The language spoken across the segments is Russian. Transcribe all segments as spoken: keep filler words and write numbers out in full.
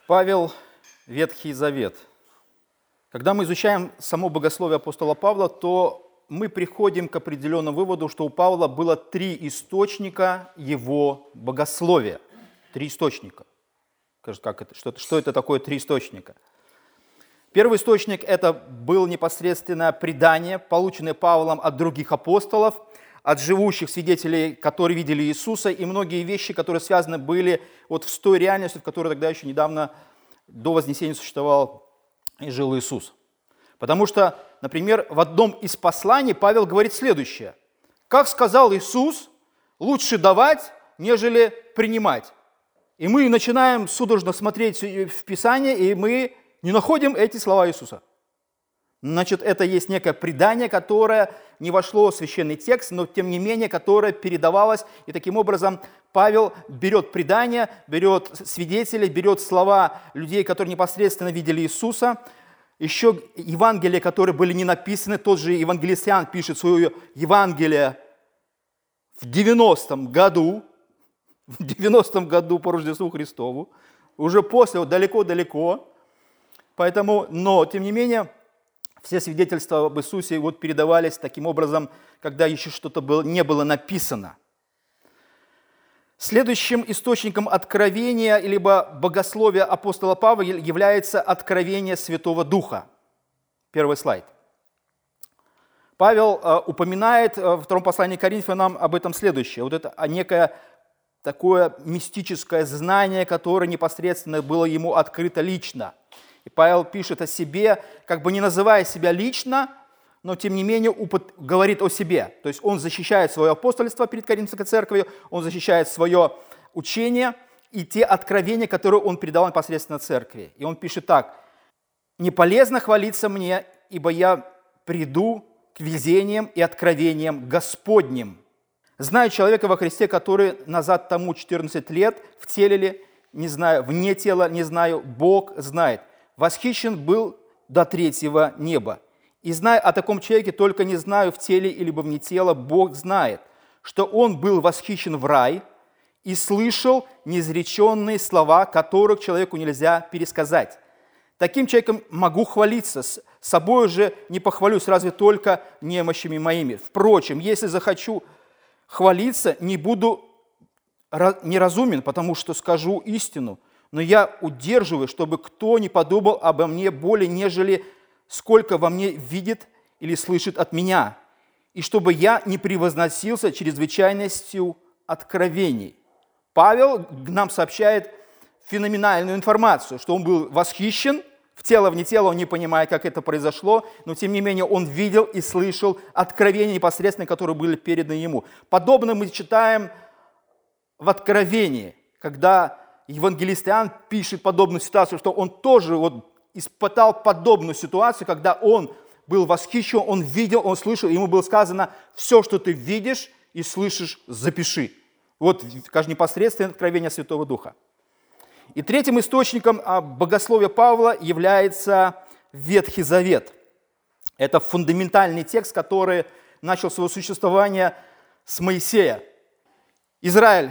Павел, Ветхий Завет. Когда мы изучаем само богословие апостола Павла, то мы приходим к определенному выводу, что у Павла было три источника его богословия. Три источника. Как это? Что, что это такое три источника? Первый источник – это был непосредственно предание, полученное Павлом от других апостолов, от живущих свидетелей, которые видели Иисуса, и многие вещи, которые связаны были вот с той реальностью, в которой тогда еще недавно до Вознесения существовал и жил Иисус. Потому что, например, в одном из посланий Павел говорит следующее. «Как сказал Иисус, лучше давать, нежели принимать». И мы начинаем судорожно смотреть в Писание, и мы не находим эти слова Иисуса. Значит, это есть некое предание, которое не вошло в священный текст, но тем не менее, которое передавалось. И таким образом Павел берет предание, берет свидетелей, берет слова людей, которые непосредственно видели Иисуса. Еще Евангелия, которые были не написаны, тот же евангелист Иоанн пишет свое Евангелие в девяностом году, в девяностом году по Рождеству Христову, уже после, вот далеко-далеко. Поэтому, но, тем не менее, все свидетельства об Иисусе вот передавались таким образом, когда еще что-то было, не было написано. Следующим источником откровения, либо богословия апостола Павла является откровение Святого Духа. Первый слайд. Павел э, упоминает во втором послании к Коринфянам об этом следующее. Вот это некое такое мистическое знание, которое непосредственно было ему открыто лично. И Павел пишет о себе, как бы не называя себя лично, но тем не менее упот... говорит о себе. То есть он защищает свое апостольство перед Коринфской церковью, он защищает свое учение и те откровения, которые он передал непосредственно церкви. И он пишет так. «Не полезно хвалиться мне, ибо я приду к везениям и откровениям Господним. Знаю человека во Христе, который назад тому четырнадцать лет в теле ли, не знаю, вне тела не знаю, Бог знает. Восхищен был до третьего неба. И зная о таком человеке, только не знаю, в теле или вне тела, Бог знает, что он был восхищен в рай и слышал неизреченные слова, которых человеку нельзя пересказать. Таким человеком могу хвалиться, с собой же не похвалюсь, разве только немощами моими. Впрочем, если захочу хвалиться, не буду неразумен, потому что скажу истину, но я удерживаю, чтобы кто не подумал обо мне более, нежели сколько во мне видит или слышит от меня, и чтобы я не превозносился чрезвычайностью откровений». Павел нам сообщает феноменальную информацию, что он был восхищен, в тело, вне тела, он не понимает, как это произошло, но тем не менее он видел и слышал откровения непосредственно, которые были переданы ему. Подобно мы читаем в Откровении, когда евангелист Иоанн пишет подобную ситуацию, что он тоже вот испытал подобную ситуацию, когда он был восхищен, он видел, он слышал, ему было сказано: все, что ты видишь и слышишь, запиши. Вот, скажем, непосредственное откровение Святого Духа. И третьим источником богословия Павла является Ветхий Завет. Это фундаментальный текст, который начал свое существование с Моисея. Израиль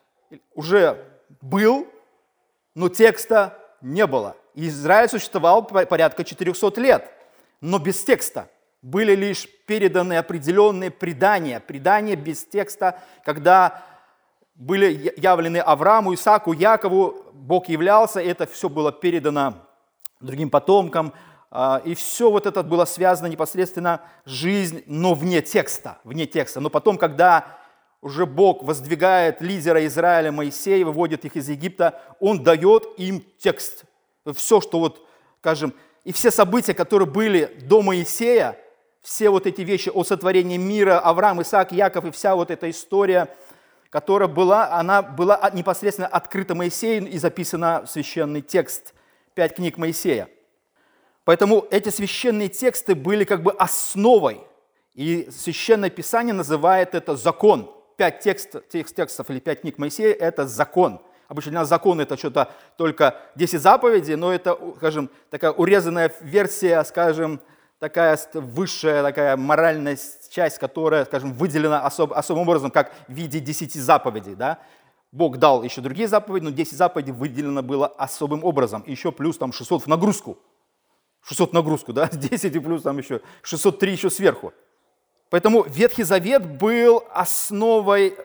уже был, но текста не было. Израиль существовал порядка четырехсот лет, но без текста. Были лишь переданы определенные предания, предания без текста, когда были явлены Аврааму, Исааку, Якову, Бог являлся, и это все было передано другим потомкам, и все вот это было связано непосредственно с жизнью, но вне текста, вне текста. Но потом, когда уже Бог воздвигает лидера Израиля Моисея, выводит их из Египта, Он дает им текст. Все, что вот, скажем, и все события, которые были до Моисея, все вот эти вещи о сотворении мира, Авраам, Исаак, Яков и вся вот эта история, которая была, она была непосредственно открыта Моисею и записана в священный текст, пять книг Моисея. Поэтому эти священные тексты были как бы основой, и Священное Писание называет это закон. Пять текст, текстов или пять книг Моисея – это закон. Обычно для нас закон – это что-то только десять заповедей, но это, скажем, такая урезанная версия, скажем, такая высшая такая моральная часть, которая, скажем, выделена особ, особым образом, как в виде десяти заповедей. Да? Бог дал еще другие заповеди, но десять заповедей выделено было особым образом. И еще плюс там шестьсот в нагрузку. шестьсот в нагрузку, да, десять и плюс там еще шестьсот три еще сверху. Поэтому Ветхий Завет был основой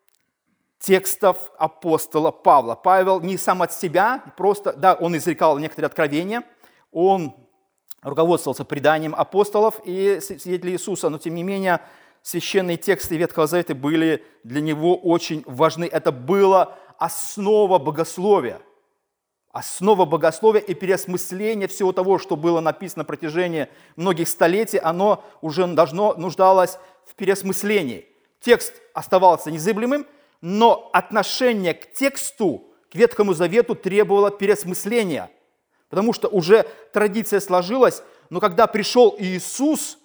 текстов апостола Павла. Павел не сам от себя, просто, да, он изрекал некоторые откровения, он руководствовался преданием апостолов и свидетелей Иисуса, но тем не менее священные тексты Ветхого Завета были для него очень важны. Это была основа богословия. Основа богословия и переосмысление всего того, что было написано на протяжении многих столетий, оно уже должно, нуждалось в переосмыслении. Текст оставался незыблемым, но отношение к тексту, к Ветхому Завету требовало переосмысления, потому что уже традиция сложилась, но когда пришел Иисус,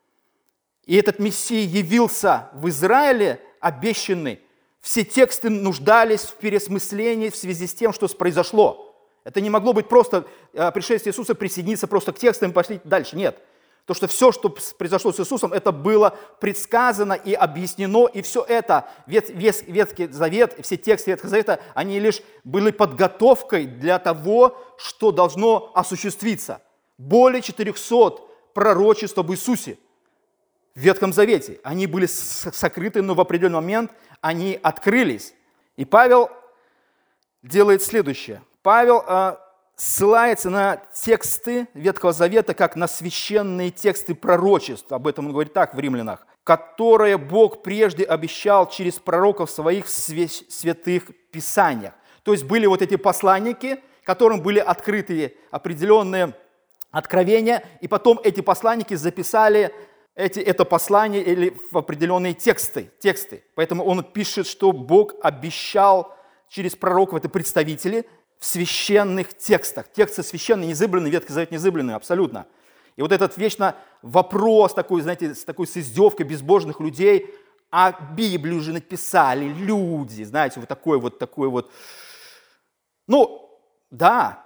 и этот Мессия явился в Израиле, обещанный, все тексты нуждались в переосмыслении в связи с тем, что произошло. Это не могло быть просто пришествие Иисуса, присоединиться просто к текстам и пошли дальше. Нет. То, что все, что произошло с Иисусом, это было предсказано и объяснено, и все это, Ветхий Завет, все тексты Ветхого Завета, они лишь были подготовкой для того, что должно осуществиться. Более четырехсот пророчеств об Иисусе в Ветхом Завете. Они были сокрыты, но в определенный момент они открылись. И Павел делает следующее. Павел э, ссылается на тексты Ветхого Завета, как на священные тексты пророчеств, об этом он говорит так в Римлянах, которые Бог прежде обещал через пророков своих в святых писаниях. То есть были вот эти посланники, которым были открыты определенные откровения, и потом эти посланники записали эти, это послание или в определенные тексты, тексты. Поэтому он пишет, что Бог обещал через пророков, это представители, в священных текстах. Тексты священные, незыбленные, Ветхий Завет незыбленный, абсолютно. И вот этот вечно вопрос такой, знаете, с такой с издевкой безбожных людей, а Библию же написали люди, знаете, вот такой вот, такой вот. Ну, да,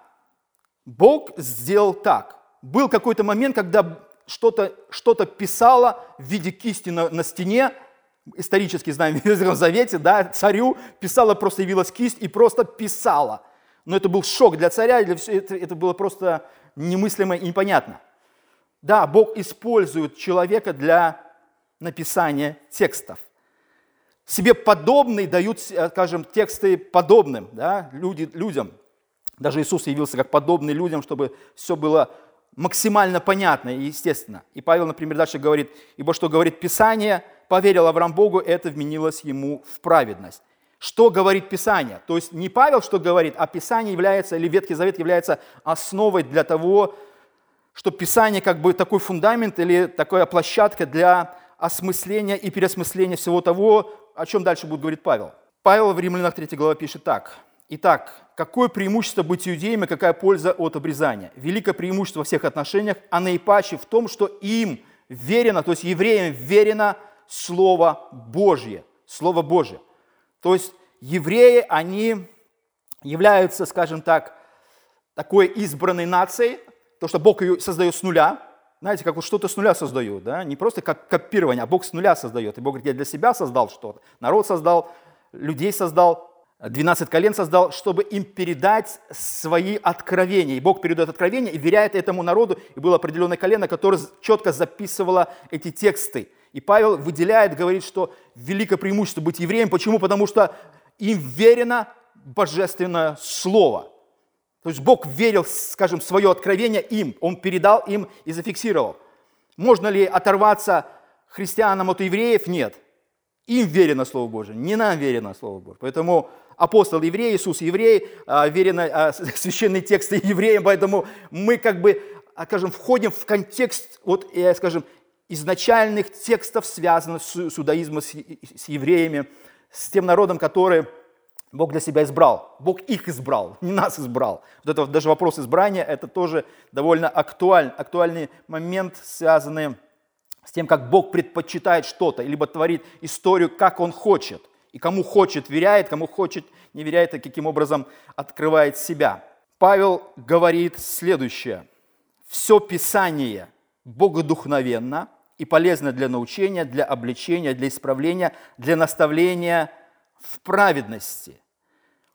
Бог сделал так. Был какой-то момент, когда что-то, что-то писало в виде кисти на, на стене, исторически знаем, в Ветхом Завете, да, царю писала, просто явилась кисть и просто писала. Но это был шок для царя, для всего, это, это было просто немыслимо и непонятно. Да, Бог использует человека для написания текстов. Себе подобные дают, скажем, тексты подобным, да, люди, людям. Даже Иисус явился как подобный людям, чтобы все было максимально понятно и естественно. И Павел, например, дальше говорит, ибо что говорит Писание, поверил Авраам Богу, это вменилось ему в праведность. Что говорит Писание? То есть не Павел что говорит, а Писание является, или Ветхий Завет является основой для того, что Писание как бы такой фундамент или такая площадка для осмысления и переосмысления всего того, о чем дальше будет говорить Павел. Павел в Римлянах третьей главе пишет так. Итак, какое преимущество быть иудеем и какая польза от обрезания? Великое преимущество во всех отношениях, а наипаче в том, что им верено, то есть евреям верено Слово Божье. Слово Божье. То есть евреи, они являются, скажем так, такой избранной нацией, то, что Бог ее создает с нуля. Знаете, как вот что-то с нуля создает, да? Не просто как копирование, а Бог с нуля создает. И Бог говорит, я для себя создал что-то. Народ создал, людей создал, двенадцать колен создал, чтобы им передать свои откровения. И Бог передает откровения и веряет этому народу. И было определенное колено, которое четко записывало эти тексты. И Павел выделяет, говорит, что великое преимущество быть евреем. Почему? Потому что им верено божественное слово. То есть Бог верил, скажем, в свое откровение им. Он передал им и зафиксировал. Можно ли оторваться христианам от евреев? Нет. Им верено Слово Божие, не нам верено Слово Божие. Поэтому апостол еврей, Иисус еврей, верено священные тексты евреям. Поэтому мы как бы, скажем, входим в контекст, вот, скажем, изначальных текстов, связанных с иудаизмом, с евреями, с тем народом, который Бог для себя избрал. Бог их избрал, не нас избрал. Вот это даже вопрос избрания, это тоже довольно актуаль, актуальный момент, связанный с тем, как Бог предпочитает что-то, либо творит историю, как Он хочет. И кому хочет, веряет, кому хочет, не веряет, и каким образом открывает себя. Павел говорит следующее. Все Писание богодухновенно и полезно для научения, для обличения, для исправления, для наставления в праведности.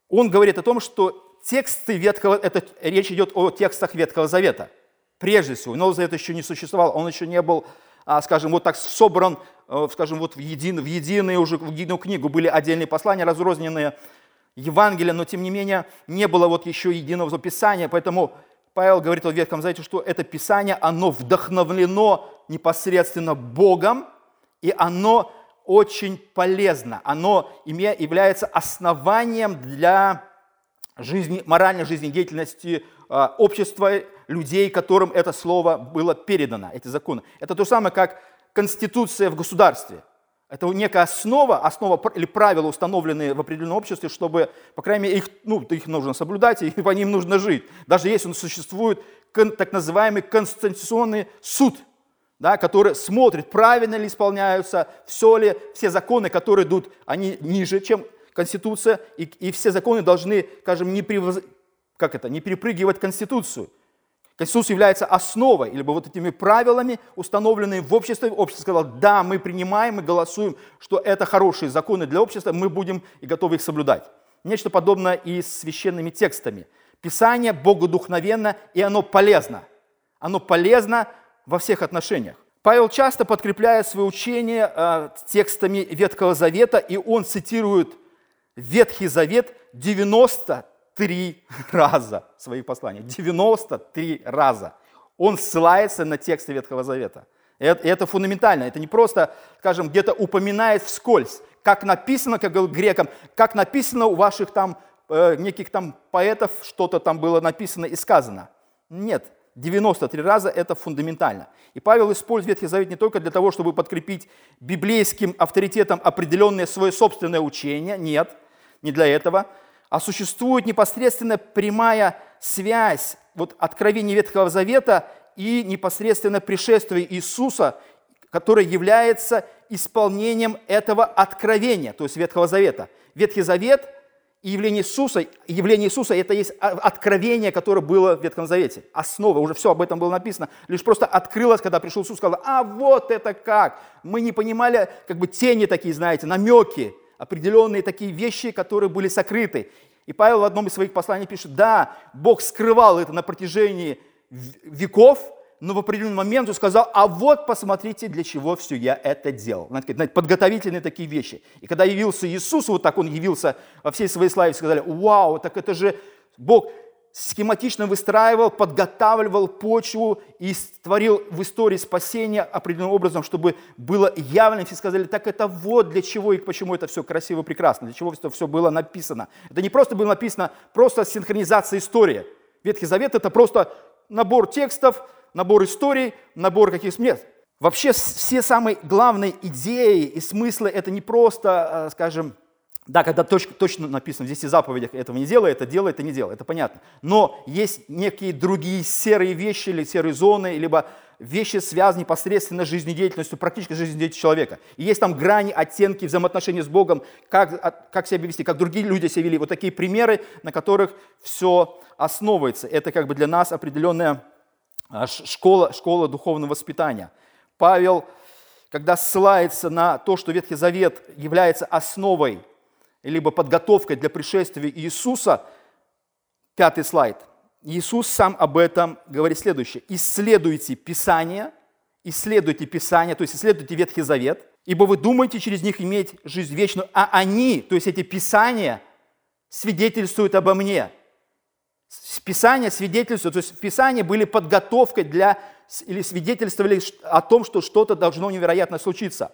он говорит о том, что тексты Ветхого, это речь идет о текстах Ветхого Завета. Прежде всего, Новый Завет еще не существовал, он еще не был, скажем, вот так собран, скажем, вот в, един, в единую уже в единую книгу были отдельные послания, разрозненные Евангелия, но тем не менее не было вот еще единого Писания, поэтому Павел говорит о Ветхом Завете, что это Писание, оно вдохновлено непосредственно Богом, и оно очень полезно, оно является основанием для жизни, моральной жизнедеятельности э, общества, людей, которым это слово было передано, эти законы. Это то же самое, как конституция в государстве. Это некая основа, основа или правила, установленные в определенном обществе, чтобы, по крайней мере, их, ну, их нужно соблюдать, и по ним нужно жить. Даже если он существует так называемый конституционный суд, да, который смотрит, правильно ли исполняются, все ли, все законы, которые идут, они ниже, чем Конституция, и, и все законы должны, скажем, не, превоз... как это, не перепрыгивать Конституцию. Конституция является основой, либо вот этими правилами, установленными в обществе. Общество сказало, да, мы принимаем, мы голосуем, что это хорошие законы для общества, мы будем и готовы их соблюдать. Нечто подобное и с священными текстами. Писание богодухновенно, и оно полезно. Оно полезно во всех отношениях. Павел часто подкрепляет свое учение э, текстами Ветхого Завета, и он цитирует Ветхий Завет девяносто три раза в своих посланиях. девяносто три раза. Он ссылается на тексты Ветхого Завета. И это, и это фундаментально. Это не просто, скажем, где-то упоминает вскользь, как написано, как говорил грекам, как написано у ваших там э, неких там поэтов, что-то там было написано и сказано. Нет. девяносто три раза – это фундаментально. И Павел использует Ветхий Завет не только для того, чтобы подкрепить библейским авторитетом определенное свое собственное учение, нет, не для этого, а существует непосредственно прямая связь вот, откровения Ветхого Завета и непосредственно пришествия Иисуса, которое является исполнением этого откровения, то есть Ветхого Завета. Ветхий Завет и явление Иисуса, явление Иисуса – это есть откровение, которое было в Ветхом Завете. Основа, уже все об этом было написано. Лишь просто открылось, когда пришел Иисус, сказал, а вот это как! Мы не понимали, как бы тени такие, знаете, намеки, определенные такие вещи, которые были сокрыты. И Павел в одном из своих посланий пишет, да, Бог скрывал это на протяжении веков, но в определенный момент он сказал, а вот посмотрите, для чего все я это делал. Знаете, подготовительные такие вещи. И когда явился Иисус, вот так он явился во всей своей славе, сказали, вау, так это же Бог схематично выстраивал, подготавливал почву и творил в истории спасения определенным образом, чтобы было явно. Все сказали, так это вот для чего и почему это все красиво и прекрасно, для чего это все было написано. Это не просто было написано, просто синхронизация истории. Ветхий Завет – это просто набор текстов, набор историй, набор каких-то мест. Вообще все самые главные идеи и смыслы – это не просто, скажем, да, когда точно, точно написано в десяти заповедях этого не делай, это делай, это не делай, это понятно. Но есть некие другие серые вещи или серые зоны, либо вещи, связанные непосредственно с жизнедеятельностью, практически жизнедеятельностью человека. И есть там грани, оттенки взаимоотношений с Богом, как, как себя вести, как другие люди себя вели. Вот такие примеры, на которых все основывается. Это как бы для нас определенная школа, школа духовного воспитания. Павел, когда ссылается на то, что Ветхий Завет является основой либо подготовкой для пришествия Иисуса, пятый слайд, Иисус сам об этом говорит следующее. «Исследуйте Писание, исследуйте Писание, то есть исследуйте Ветхий Завет, ибо вы думаете через них иметь жизнь вечную, а они, то есть эти Писания, свидетельствуют обо мне». Писания свидетельствуют, то есть в Писании были подготовкой для, или свидетельствовали о том, что что-то должно невероятно случиться.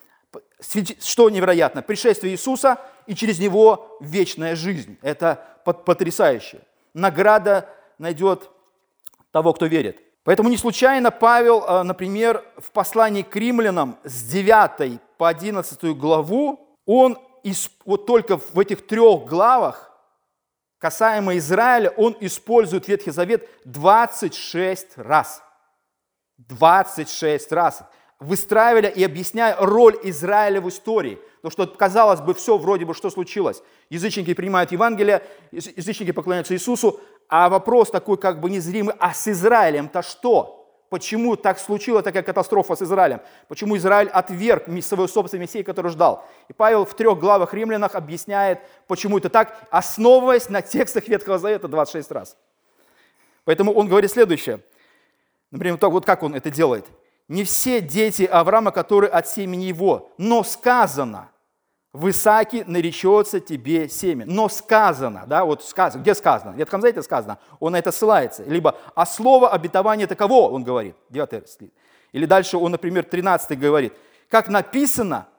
Что невероятно? Пришествие Иисуса и через Него вечная жизнь. Это потрясающе. Награда найдет того, кто верит. Поэтому не случайно Павел, например, в послании к римлянам с девятой по одиннадцатую главу, он вот только в этих трех главах, касаемо Израиля, он использует Ветхий Завет двадцать шесть раз. двадцать шесть раз. Выстраивая и объясняя роль Израиля в истории. Потому что, казалось бы, все вроде бы, что случилось. Язычники принимают Евангелие, язычники поклоняются Иисусу, а вопрос такой как бы незримый, а с Израилем-то что? почему так случилась такая катастрофа с Израилем, почему Израиль отверг своего собственного Мессию, который ждал. И Павел в трех главах Римлянах объясняет, почему это так, основываясь на текстах Ветхого Завета двадцать шесть раз. Поэтому он говорит следующее. Например, вот как он это делает. «Не все дети Авраама, которые от семени его, но сказано, в Исааке наречется тебе семя». Но сказано, да, вот сказано, где сказано? В Ветхом Завете сказано, он на это ссылается. Либо «а слово обетования таково», он говорит, девятый стих. Или дальше он, например, тринадцатый говорит, «как написано,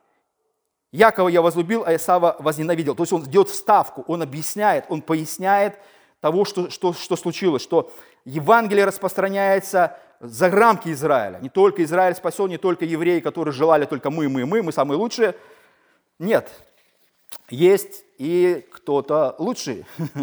Якова я возлюбил, а Исава возненавидел». То есть он делает вставку, он объясняет, он поясняет того, что, что, что случилось, что Евангелие распространяется за рамки Израиля. Не только Израиль спасен, не только евреи, которые желали только мы, мы, мы, мы самые лучшие. Нет, есть и кто-то лучший.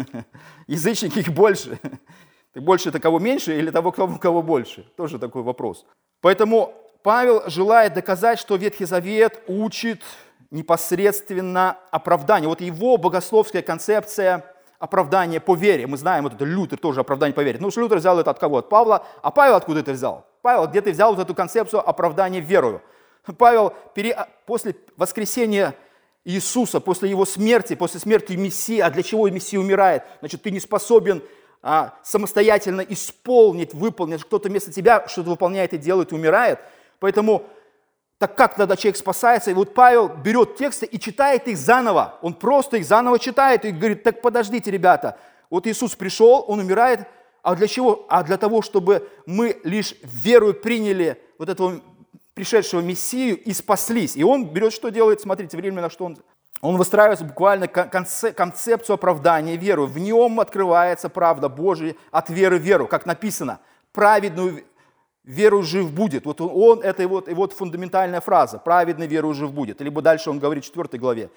Язычники их больше. Ты больше это кого меньше или того, кого, кого больше? Тоже такой вопрос. Поэтому Павел желает доказать, что Ветхий Завет учит непосредственно оправданию. Вот его богословская концепция оправдания по вере. Мы знаем, вот это Лютер тоже оправдание по вере. Ну, что Лютер взял это от кого? От Павла. А Павел откуда это взял? Павел, где ты взял вот эту концепцию оправдания верою? Павел пере... после воскресения Иисуса, после его смерти, после смерти Мессии, а для чего Мессия умирает? Значит, ты не способен а, самостоятельно исполнить, выполнить, кто-то вместо тебя что-то выполняет и делает, и умирает. Поэтому, так как тогда человек спасается? И вот Павел берет тексты и читает их заново. Он просто их заново читает и говорит, так подождите, ребята, вот Иисус пришел, он умирает, а для чего? А для того, чтобы мы лишь верою приняли вот этого пришедшего Мессию и спаслись. И он берет, что делает, смотрите, временно, что он... Он выстраивает буквально концепцию оправдания верою. В нем открывается правда Божия от веры в веру, как написано, праведную веру жив будет. Вот он, он это и вот, и вот фундаментальная фраза, праведный веру жив будет. Либо дальше он говорит в четвёртой главе.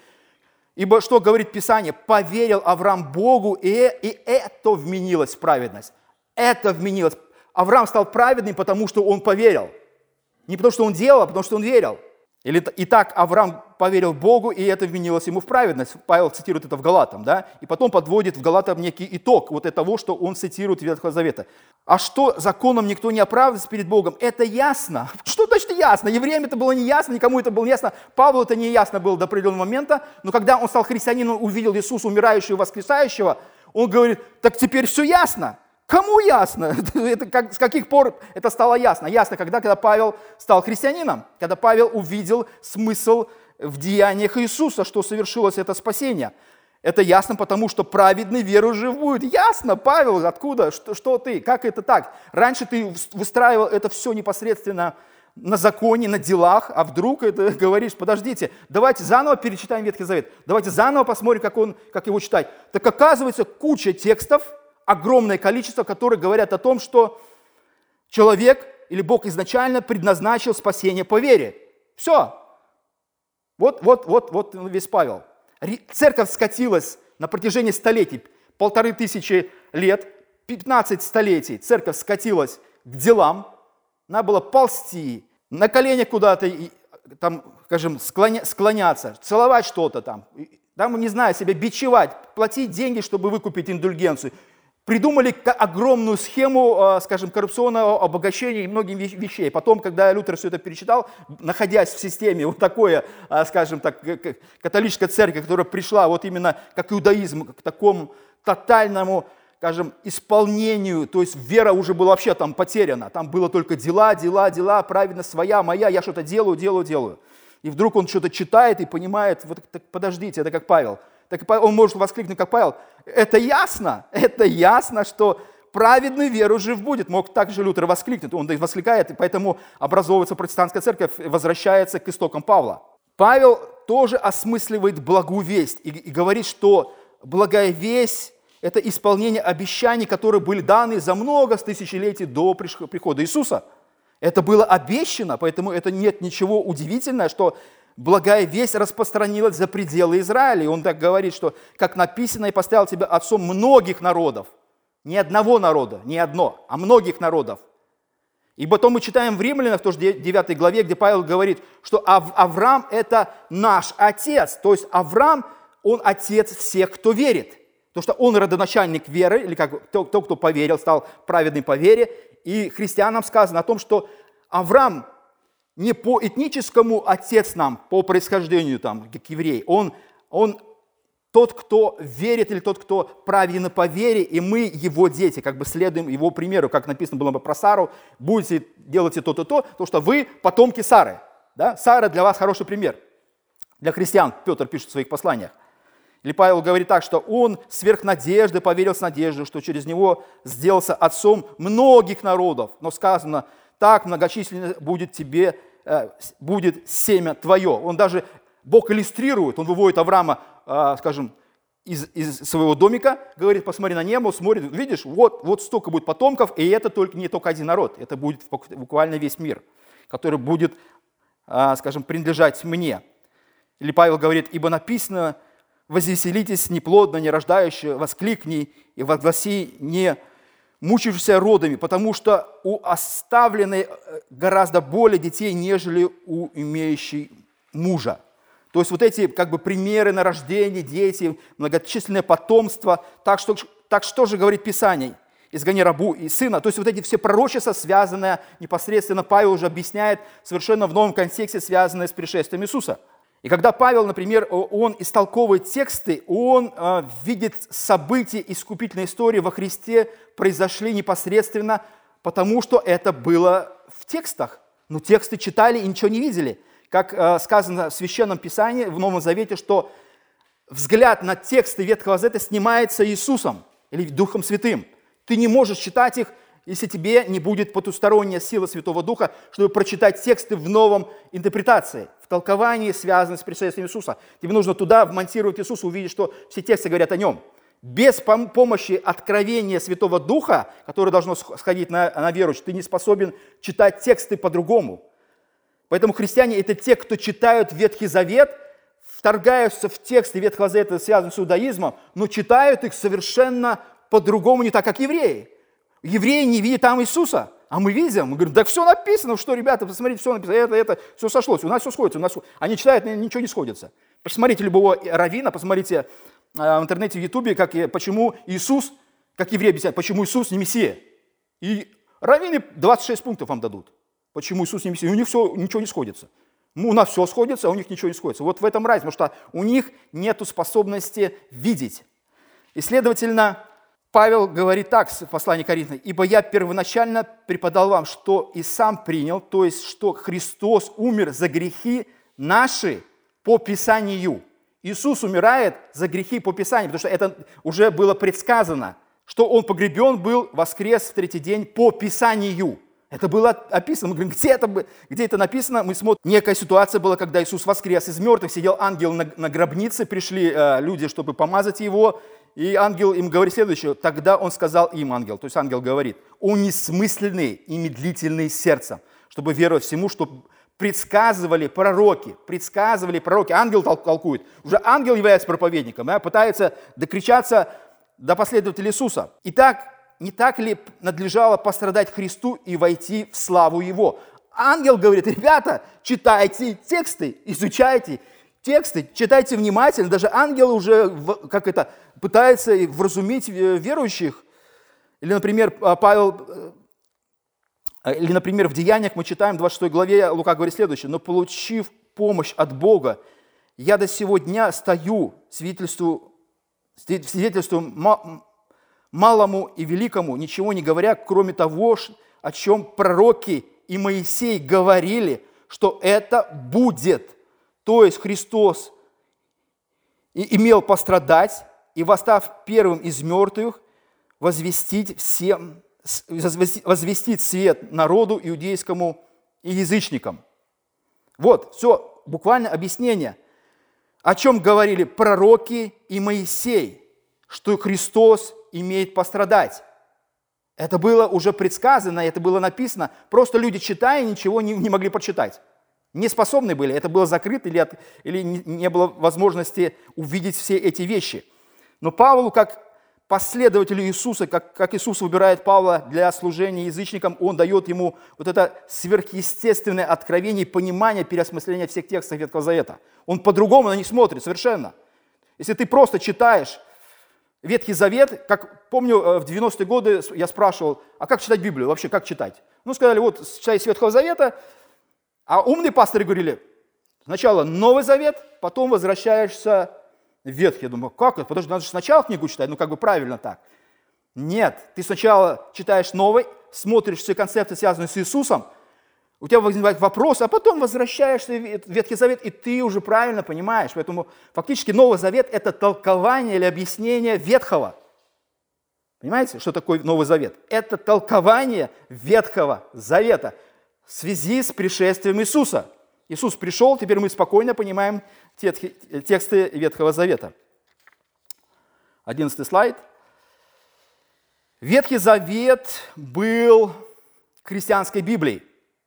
Ибо что говорит Писание? Поверил Авраам Богу, и, и это вменилось в праведность. Это вменилось. Авраам стал праведным, потому что он поверил. Не потому, что он делал, а потому, что он верил. Или, итак, Авраам поверил Богу, и это вменилось ему в праведность. Павел цитирует это в Галатам, да? И потом подводит в Галатам некий итог вот того, что он цитирует Ветхого Завета. А что законом никто не оправдывается перед Богом? Это ясно. Что значит ясно? Евреям это было не ясно, никому это было не ясно. Павлу это не ясно было до определенного момента, но когда он стал христианином, увидел Иисуса, умирающего и воскресающего, он говорит, так теперь все ясно. Кому ясно? Это как, с каких пор это стало ясно? Ясно, когда, когда Павел стал христианином, когда Павел увидел смысл в деяниях Иисуса, что совершилось это спасение. Это ясно, потому что праведный веру жив будет. Ясно, Павел, откуда? Что, что ты? Как это так? Раньше ты выстраивал это все непосредственно на законе, на делах, а вдруг это говоришь, подождите, давайте заново перечитаем Ветхий Завет, давайте заново посмотрим, как, он, как его читать. Так оказывается, куча текстов, огромное количество, которые говорят о том, что человек или Бог изначально предназначил спасение по вере. Все. Вот, вот, вот, вот весь Павел. Церковь скатилась на протяжении столетий, полторы тысячи лет, пятнадцать столетий. Церковь скатилась к делам, надо было ползти, на коленях куда-то, там, скажем, склоня, склоняться, целовать что-то там, там, не знаю, себя бичевать, платить деньги, чтобы выкупить индульгенцию. Придумали огромную схему, скажем, коррупционного обогащения и многих вещей. Потом, когда Лютер все это перечитал, находясь в системе вот такой, скажем так, католической церкви, которая пришла вот именно как иудаизм, к такому тотальному, скажем, исполнению, то есть вера уже была вообще там потеряна. Там было только дела, дела, дела, праведность своя, моя, я что-то делаю, делаю, делаю. И вдруг он что-то читает и понимает, вот так, подождите, это как Павел. Так он может воскликнуть, как Павел, это ясно, это ясно, что праведный веру жив будет. Мог также Лютер воскликнуть, он воскликает, и поэтому образовывается протестантская церковь, возвращается к истокам Павла. Павел тоже осмысливает благую весть и, и говорит, что благая весть – это исполнение обещаний, которые были даны за много тысячелетий до прихода Иисуса. Это было обещано, поэтому это нет ничего удивительного, что благая весть распространилась за пределы Израиля. И он так говорит, что, как написано, «И поставил тебя отцом многих народов». Не одного народа, не одно, а многих народов. И потом мы читаем в Римлянах, тоже девятой главе, где Павел говорит, что Ав- Авраам – это наш отец. То есть Авраам, он отец всех, кто верит. Потому что он родоначальник веры, или как тот, кто поверил, стал праведным по вере. И христианам сказано о том, что Авраам не по этническому отец нам, по происхождению, там, как еврей. Он, он тот, кто верит, или тот, кто праведен по вере, и мы его дети, как бы следуем его примеру, как написано было бы про Сару, будете делать то-то, то, то, что вы потомки Сары. Да? Сара для вас хороший пример. Для христиан Петр пишет в своих посланиях. Или Павел говорит так, что он сверх надежды поверил с надеждой, что через него сделался отцом многих народов. Но сказано, так многочисленно будет тебе, э, будет семя твое. Он даже, Бог иллюстрирует, он выводит Авраама, э, скажем, из, из своего домика, говорит, посмотри на небо, смотрит, видишь, вот, вот столько будет потомков, и это только, не только один народ, это будет буквально весь мир, который будет, э, скажем, принадлежать мне. Или Павел говорит, ибо написано, возвеселитесь неплодно, не рождающие, воскликни и возгласи не мучившихся родами, потому что у оставленной гораздо более детей, нежели у имеющей мужа. То есть вот эти как бы примеры на рождение, дети, многочисленное потомство. Так что, так что же говорит Писание? Изгони рабу и сына. То есть вот эти все пророчества, связанные непосредственно, Павел уже объясняет совершенно в новом контексте, связанные с пришествием Иисуса. И когда Павел, например, он истолковывает тексты, он э, видит события искупительной истории во Христе произошли непосредственно потому, что это было в текстах. Но тексты читали и ничего не видели. Как э, сказано в Священном Писании, в Новом Завете, что взгляд на тексты Ветхого Завета снимается Иисусом или Духом Святым. Ты не можешь читать их, если тебе не будет потусторонняя сила Святого Духа, чтобы прочитать тексты в новом интерпретации, в толковании, связанном с пришествием Иисуса. Тебе нужно туда вмонтировать Иисуса, увидеть, что все тексты говорят о нем. Без помощи откровения Святого Духа, которое должно сходить на, на верующих, ты не способен читать тексты по-другому. Поэтому христиане – это те, кто читают Ветхий Завет, вторгаются в тексты Ветхого Завета, связанные с иудаизмом, но читают их совершенно по-другому, не так, как евреи. Евреи не видят там Иисуса, а мы видим. Мы говорим, да все написано, что, ребята, посмотрите, все написано, это, это, все сошлось, у нас все сходится. У нас... Они читают, ничего не сходится. Посмотрите любого раввина, посмотрите э, в интернете, в Ютубе, как, почему Иисус, как евреи объясняют, почему Иисус не Мессия. И раввины двадцать шесть пунктов вам дадут, почему Иисус не Мессия. И у них все, ничего не сходится. У нас все сходится, а у них ничего не сходится. Вот в этом разница, потому что у них нет способности видеть. И, следовательно, Павел говорит так в послании к Коринфянам: «Ибо я первоначально преподал вам, что и сам принял, то есть, что Христос умер за грехи наши по Писанию». Иисус умирает за грехи по Писанию, потому что это уже было предсказано, что Он погребен был, воскрес в третий день по Писанию. Это было описано. Мы говорим, где это, где это написано? Мы смотрим. Некая ситуация была, когда Иисус воскрес из мертвых, сидел ангел на, на гробнице, пришли э, люди, чтобы помазать Его, и ангел им говорит следующее. Тогда он сказал им, ангел, то есть ангел говорит, «О несмысленные и медлительные сердцем, чтобы веровать всему, что предсказывали пророки». Предсказывали пророки. Ангел толкует. Уже ангел является проповедником, да, пытается докричаться до последователей Иисуса. Итак, не так ли надлежало пострадать Христу и войти в славу Его? Ангел говорит, ребята, читайте тексты, изучайте тексты, читайте внимательно. Даже ангел уже, как это, пытается вразумить верующих. Или, например, Павел, или, например, в Деяниях мы читаем в двадцать шестой главе, Лука говорит следующее: «Но получив помощь от Бога, я до сего дня стою, свидетельствую, свидетельствую малому и великому, ничего не говоря, кроме того, о чем пророки и Моисей говорили, что это будет». То есть Христос имел пострадать и, восстав первым из мертвых, возвестить всем, возвестить свет народу иудейскому и язычникам. Вот, все, буквально объяснение, о чем говорили пророки и Моисей, что Христос имеет пострадать. Это было уже предсказано, это было написано. Просто люди, читая, ничего не, не могли прочитать. Не способны были, это было закрыто или, от, или не было возможности увидеть все эти вещи. Но Павлу, как последователю Иисуса, как, как Иисус выбирает Павла для служения язычникам, он дает ему вот это сверхъестественное откровение, понимание, переосмысление всех текстов Ветхого Завета. Он по-другому на них смотрит совершенно. Если ты просто читаешь Ветхий Завет, как помню, в девяностые годы я спрашивал, а как читать Библию, вообще как читать? Ну, сказали, вот читай с Ветхого Завета, а умные пасторы говорили, сначала Новый Завет, потом возвращаешься в Ветхий. Я думаю, как это? Подожди, надо же сначала книгу читать, ну как бы правильно так. Нет, ты сначала читаешь Новый, смотришь все концепты, связанные с Иисусом, у тебя возникает вопрос, а потом возвращаешься в Ветхий Завет, и ты уже правильно понимаешь. Поэтому фактически Новый Завет – это толкование или объяснение Ветхого. Понимаете, что такое Новый Завет? Это толкование Ветхого Завета в связи с пришествием Иисуса. Иисус пришел, теперь мы спокойно понимаем тексты Ветхого Завета. Одиннадцатый слайд. Ветхий Завет был христианской Библией.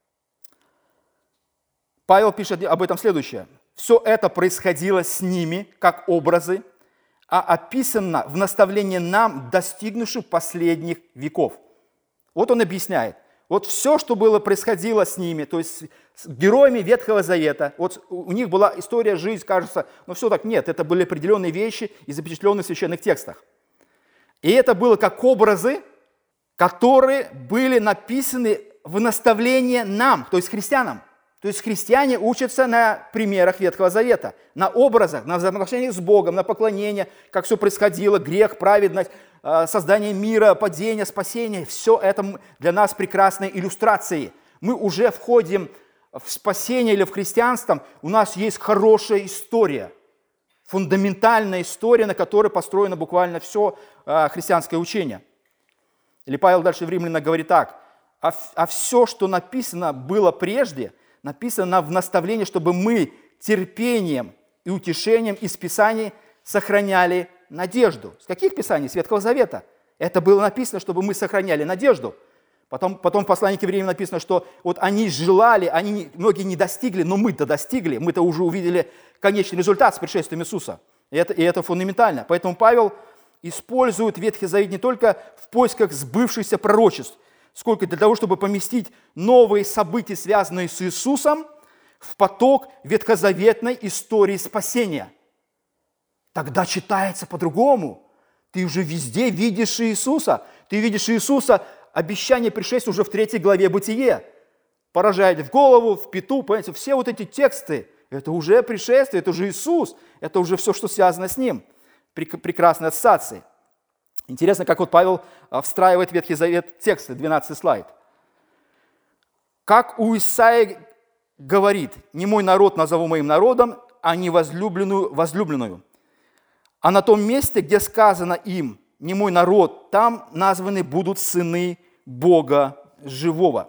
Павел пишет об этом следующее. «Все это происходило с ними, как образы, а описано в наставлении нам, достигнувших последних веков». Вот он объясняет. Вот все, что было, происходило с ними, то есть с героями Ветхого Завета, вот у них была история, жизнь, кажется, но все так нет, это были определенные вещи и запечатленные в священных текстах. И это было как образы, которые были написаны в наставлении нам, то есть христианам. То есть христиане учатся на примерах Ветхого Завета, на образах, на взаимоотношениях с Богом, на поклонение, как все происходило, грех, праведность, создание мира, падение, спасение. Все это для нас прекрасные иллюстрации. Мы уже входим в спасение или в христианство, у нас есть хорошая история, фундаментальная история, на которой построено буквально все христианское учение. Или Павел дальше в Римлянам говорит так, а, а все, что написано было прежде, написано в наставлении, чтобы мы терпением и утешением из Писаний сохраняли надежду. С каких Писаний? С Ветхого Завета. Это было написано, чтобы мы сохраняли надежду. Потом, потом в послании к евреям написано, что вот они желали, они, многие не достигли, но мы-то достигли, мы-то уже увидели конечный результат с пришествием Иисуса. И это, и это фундаментально. Поэтому Павел использует Ветхий Завет не только в поисках сбывшихся пророчеств, сколько для того, чтобы поместить новые события, связанные с Иисусом, в поток ветхозаветной истории спасения. Тогда читается по-другому. Ты уже везде видишь Иисуса. Ты видишь Иисуса, обещание пришествия уже в третьей главе Бытие. Поражает в голову, в пяту, понимаете, все вот эти тексты, это уже пришествие, это уже Иисус, это уже все, что связано с Ним. Прекрасные ассоциации. Интересно, как вот Павел встраивает в Ветхий Завет тексты, двенадцатый слайд. Как у Исаии говорит, «Не мой народ назову моим народом, а не возлюбленную возлюбленную». А на том месте, где сказано им, «Не мой народ», там названы будут сыны Бога живого.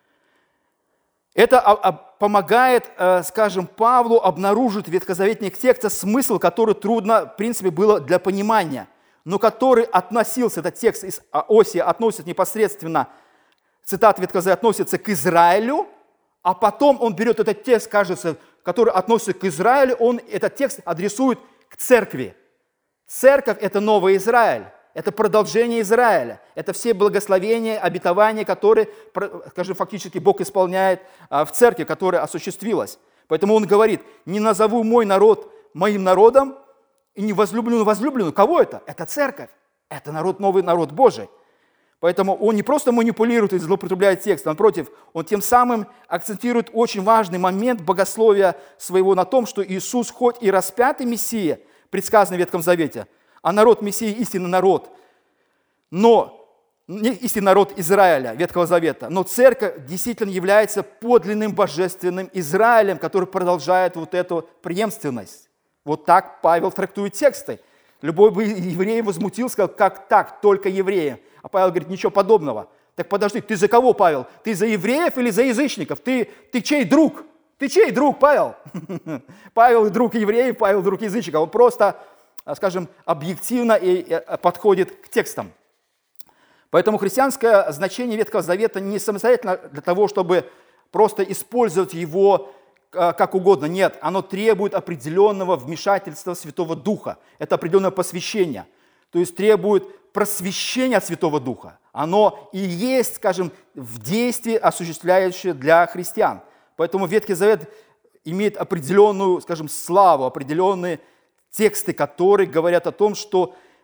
Это помогает, скажем, Павлу обнаружить в ветхозаветных текстах смысл, который трудно, в принципе, было для понимания, но который относился, этот текст из Осия относится непосредственно, цитат Ветхого Завета относится к Израилю, а потом он берет этот текст, кажется, который относится к Израилю, он этот текст адресует к церкви. Церковь – это новый Израиль, это продолжение Израиля, это все благословения, обетования, которые, скажем, фактически Бог исполняет в церкви, которая осуществилась. Поэтому он говорит, не назову мой народ моим народом, и не возлюбленную возлюбленную. Кого это? Это церковь, это народ, новый народ Божий. Поэтому он не просто манипулирует и злоупотребляет текстом, напротив, он тем самым акцентирует очень важный момент богословия своего на том, что Иисус хоть и распятый Мессия, предсказанный в Ветхом Завете, а народ Мессии истинный народ, но не истинный народ Израиля, Ветхого Завета, но церковь действительно является подлинным божественным Израилем, который продолжает вот эту преемственность. Вот так Павел трактует тексты. Любой бы еврей возмутился, сказал, как так, только евреи. А Павел говорит, ничего подобного. Так подожди, ты за кого, Павел? Ты за евреев или за язычников? Ты, ты чей друг? Ты чей друг, Павел? Павел друг евреев, Павел друг язычников. Он просто, скажем, объективно и подходит к текстам. Поэтому христианское значение Ветхого Завета не самостоятельно для того, чтобы просто использовать его как угодно. Нет, оно требует определенного вмешательства Святого Духа. Это определенное посвящение. То есть требует просвещения от Святого Духа. Оно и есть, скажем, в действии осуществляющее для христиан. Поэтому Ветхий Завет имеет определенную, скажем, славу, определенные тексты, которые говорят о том, что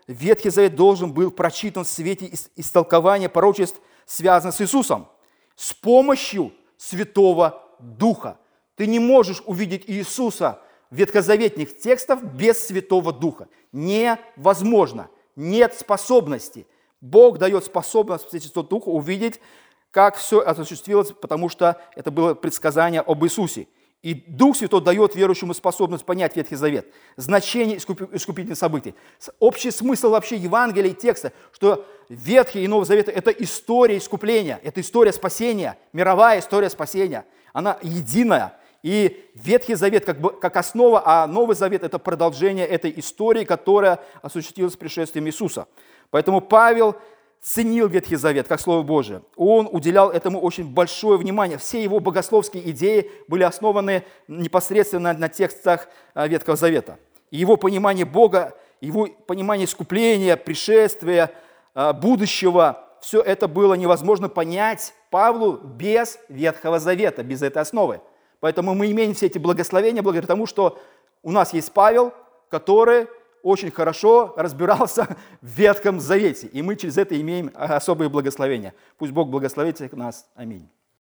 Ветхий Завет должен был прочитан в свете истолкования пророчеств, связанных с Иисусом, с помощью Святого Духа. Ты не можешь увидеть Иисуса в ветхозаветных текстах без Святого Духа. Невозможно. Нет способности. Бог дает способность Святого Духа увидеть, как все осуществилось, потому что это было предсказание об Иисусе. И Дух Святой дает верующему способность понять Ветхий Завет, значение искупительных событий. Общий смысл вообще Евангелия и текста, что Ветхий и Новый Завет – это история искупления, это история спасения, мировая история спасения. Она единая. И Ветхий Завет как, бы, как основа, а Новый Завет – это продолжение этой истории, которая осуществилась с пришествием Иисуса. Поэтому Павел ценил Ветхий Завет как Слово Божие. Он уделял этому очень большое внимание. Все его богословские идеи были основаны непосредственно на текстах Ветхого Завета. И его понимание Бога, его понимание искупления, пришествия, будущего, все это было невозможно понять Павлу без Ветхого Завета, без этой основы. Поэтому мы имеем все эти благословения благодаря тому, что у нас есть Павел, который очень хорошо разбирался в Ветхом Завете. И мы через это имеем особые благословения. Пусть Бог благословит всех нас. Аминь.